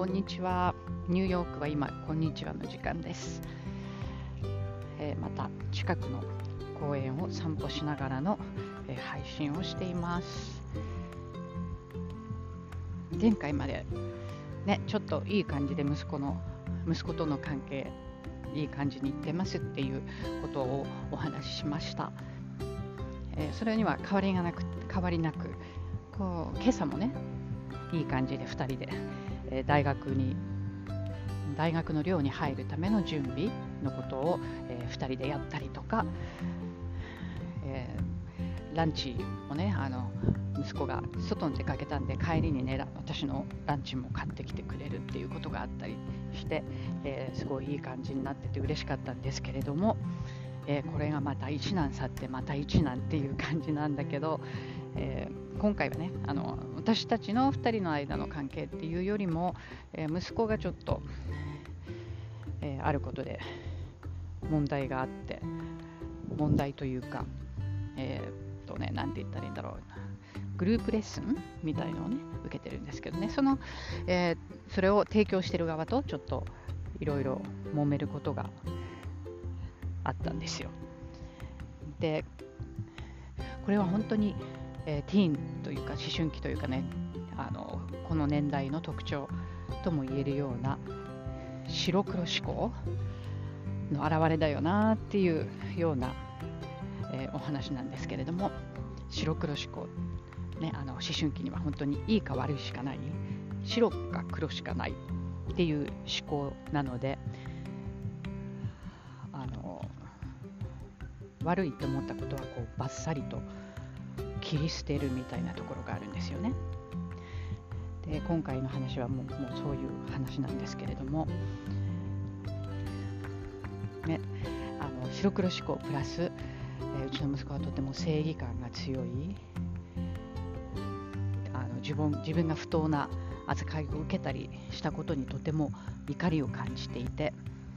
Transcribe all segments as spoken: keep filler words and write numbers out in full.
こんにちは。ニューヨークは今こんにちはの時間です。えー、また近くの公園を散歩しながらの、えー、配信をしています。前回までね、ちょっといい感じで息子の息子との関係いい感じにいってますっていうことをお話ししました。えー、それには変わりがなく変わりなくこう今朝もねいい感じでふたりで、えー、大学に大学の寮に入るための準備のことを、えー、ふたりでやったりとか、えー、ランチをねあの息子が外に出かけたんで帰りにね私のランチも買ってきてくれるっていうことがあったりして、えー、すごいいい感じになってて嬉しかったんですけれども、えー、これがまた一難去ってまた一難っていう感じなんだけど、えー、今回はねあの私たちのふたりの間の関係っていうよりも、えー、息子がちょっと、えー、あることで問題があって問題というかえー、っとねなんて言ったらいいんだろうグループレッスンみたいのをね受けてるんですけどねその、えー、それを提供してる側とちょっといろいろ揉めることがあったんですよ。でこれは本当にえー、ティーンというか思春期というかねあのこの年代の特徴とも言えるような白黒思考の表れだよなっていうような、えー、お話なんですけれども白黒思考、ね、あの思春期には本当にいいか悪いしかない白か黒しかないっていう思考なのであの悪いと思ったことはこうバッサリと切り捨てるみたいなところがあるんですよね。で今回の話はもう、もうそういう話なんですけれども、ね、あの白黒思考プラス、えー、うちの息子はとても正義感が強いあの 自分、自分が不当な扱いを受けたりしたことにとても怒りを感じていて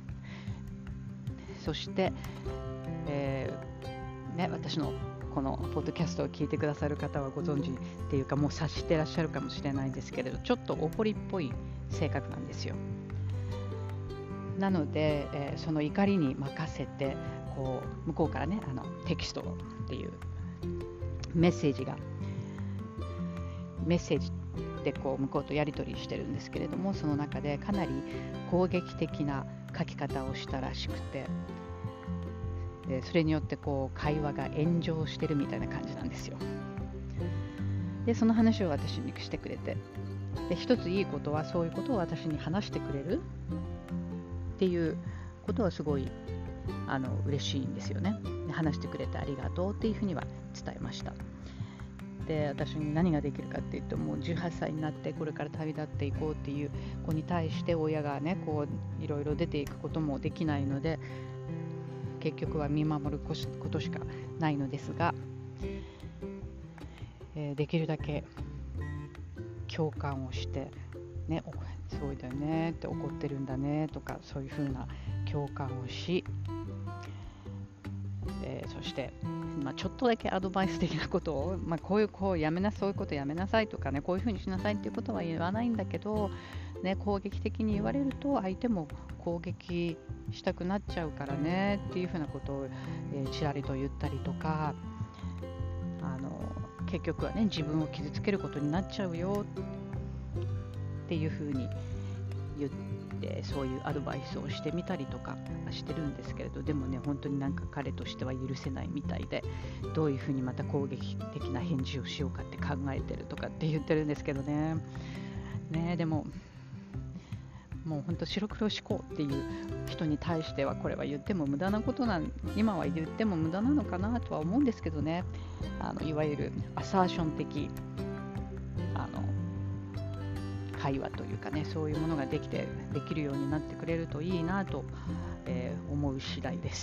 そして、えーね、私のこのポッドキャストを聞いてくださる方はご存知っていうかもう察してらっしゃるかもしれないんですけれどちょっと怒りっぽい性格なんですよ。なので、えー、その怒りに任せてこう向こうからねあのテキストっていうメッセージがメッセージでこう向こうとやり取りしてるんですけれどもその中でかなり攻撃的な書き方をしたらしくてでそれによってこう会話が炎上してるみたいな感じなんですよ。でその話を私にしてくれてで一ついいことはそういうことを私に話してくれるっていうことはすごいあの嬉しいんですよね。で話してくれてありがとうっていうふうには伝えました。で私に何ができるかって言ってもうじゅうはっさいになってこれから旅立っていこうっていう子に対して親がねこういろいろ出ていくこともできないので結局は見守ることしかないのですが、えー、できるだけ共感をしてねそうだよねって怒ってるんだねとかそういうふうな共感をし、えー、そして、まあ、ちょっとだけアドバイス的なことを、まあ、こういうこうやめなそういうことやめなさいとかねこういうふうにしなさいっていうことは言わないんだけど、ね、攻撃的に言われると相手も攻撃したくなっちゃうからねっていうふうなことを、えー、ちらりと言ったりとかあの結局はね自分を傷つけることになっちゃうよっていうふうに言ってそういうアドバイスをしてみたりとかしてるんですけれどでもね本当になんか彼としては許せないみたいでどういうふうにまた攻撃的な返事をしようかって考えてるとかって言ってるんですけどねねでももう本当白黒思考っていう人に対してはこれは言っても無駄なことなん今は言っても無駄なのかなとは思うんですけどねあのいわゆるアサーション的あの会話というかねそういうものができてできるようになってくれるといいなと、えー、思う次第です。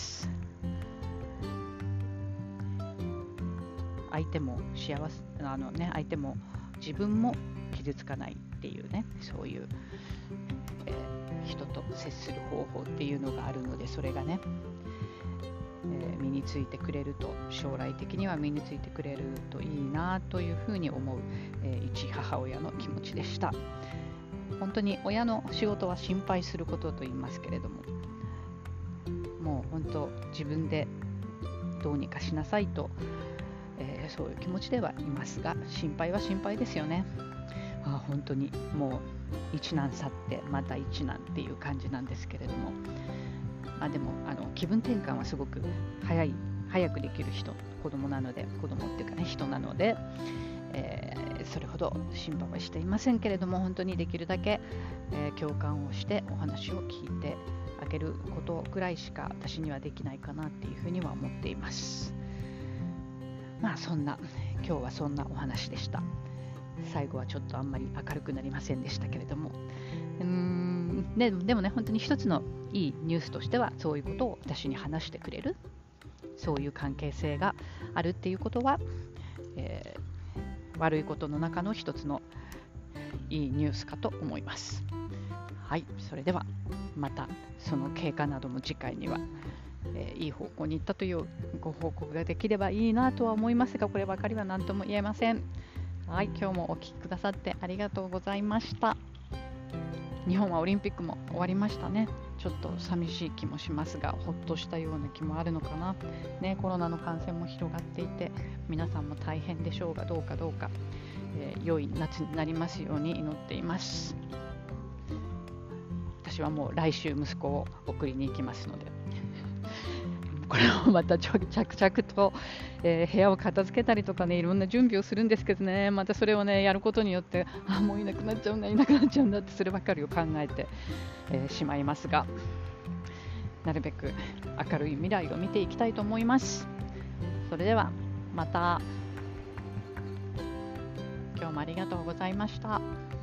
相手も幸せあのね相手も自分も傷つかないっていうねそういうえー、人と接する方法っていうのがあるのでそれがね、えー、身についてくれると将来的には身についてくれるといいなというふうに思う、えー、一母親の気持ちでした。 本当に親の仕事は心配することと言いますけれども、もう本当自分でどうにかしなさいと、えー、そういう気持ちではいますが、心配は心配ですよね。あ本当にもう一難去ってまた一難っていう感じなんですけれども、まあ、でもあの気分転換はすごく早い早くできる人、子供なので、子供っていうかね、人なので、えー、それほど心配はしていませんけれども、本当にできるだけ、えー、共感をしてお話を聞いてあげることぐらいしか私にはできないかなっていうふうには思っています。まあそんな今日はそんなお話でした。最後はちょっとあんまり明るくなりませんでしたけれども、うーん、ね、でもね、本当に一つのいいニュースとしては、そういうことを私に話してくれる、そういう関係性があるっていうことは、えー、悪いことの中の一つのいいニュースかと思います。はい、それではまたその経過なども次回には、えー、いい方向に行ったというご報告ができればいいなとは思いますが、こればかりは何とも言えません。はい、今日もお聞きくださってありがとうございました。日本はオリンピックも終わりましたね。ちょっと寂しい気もしますが、ほっとしたような気もあるのかな、ね、コロナの感染も広がっていて、皆さんも大変でしょうが、どうかどうか、えー、良い夏になりますように祈っています。私はもう来週息子を送りに行きますので、これをまた着々と、えー、部屋を片付けたりとかね、いろんな準備をするんですけどね、またそれをねやることによって、あもういなくなっちゃうんだいなくなっちゃうんだって、そればっかりを考えて、えー、しまいますが、なるべく明るい未来を見ていきたいと思います。それではまた。今日もありがとうございました。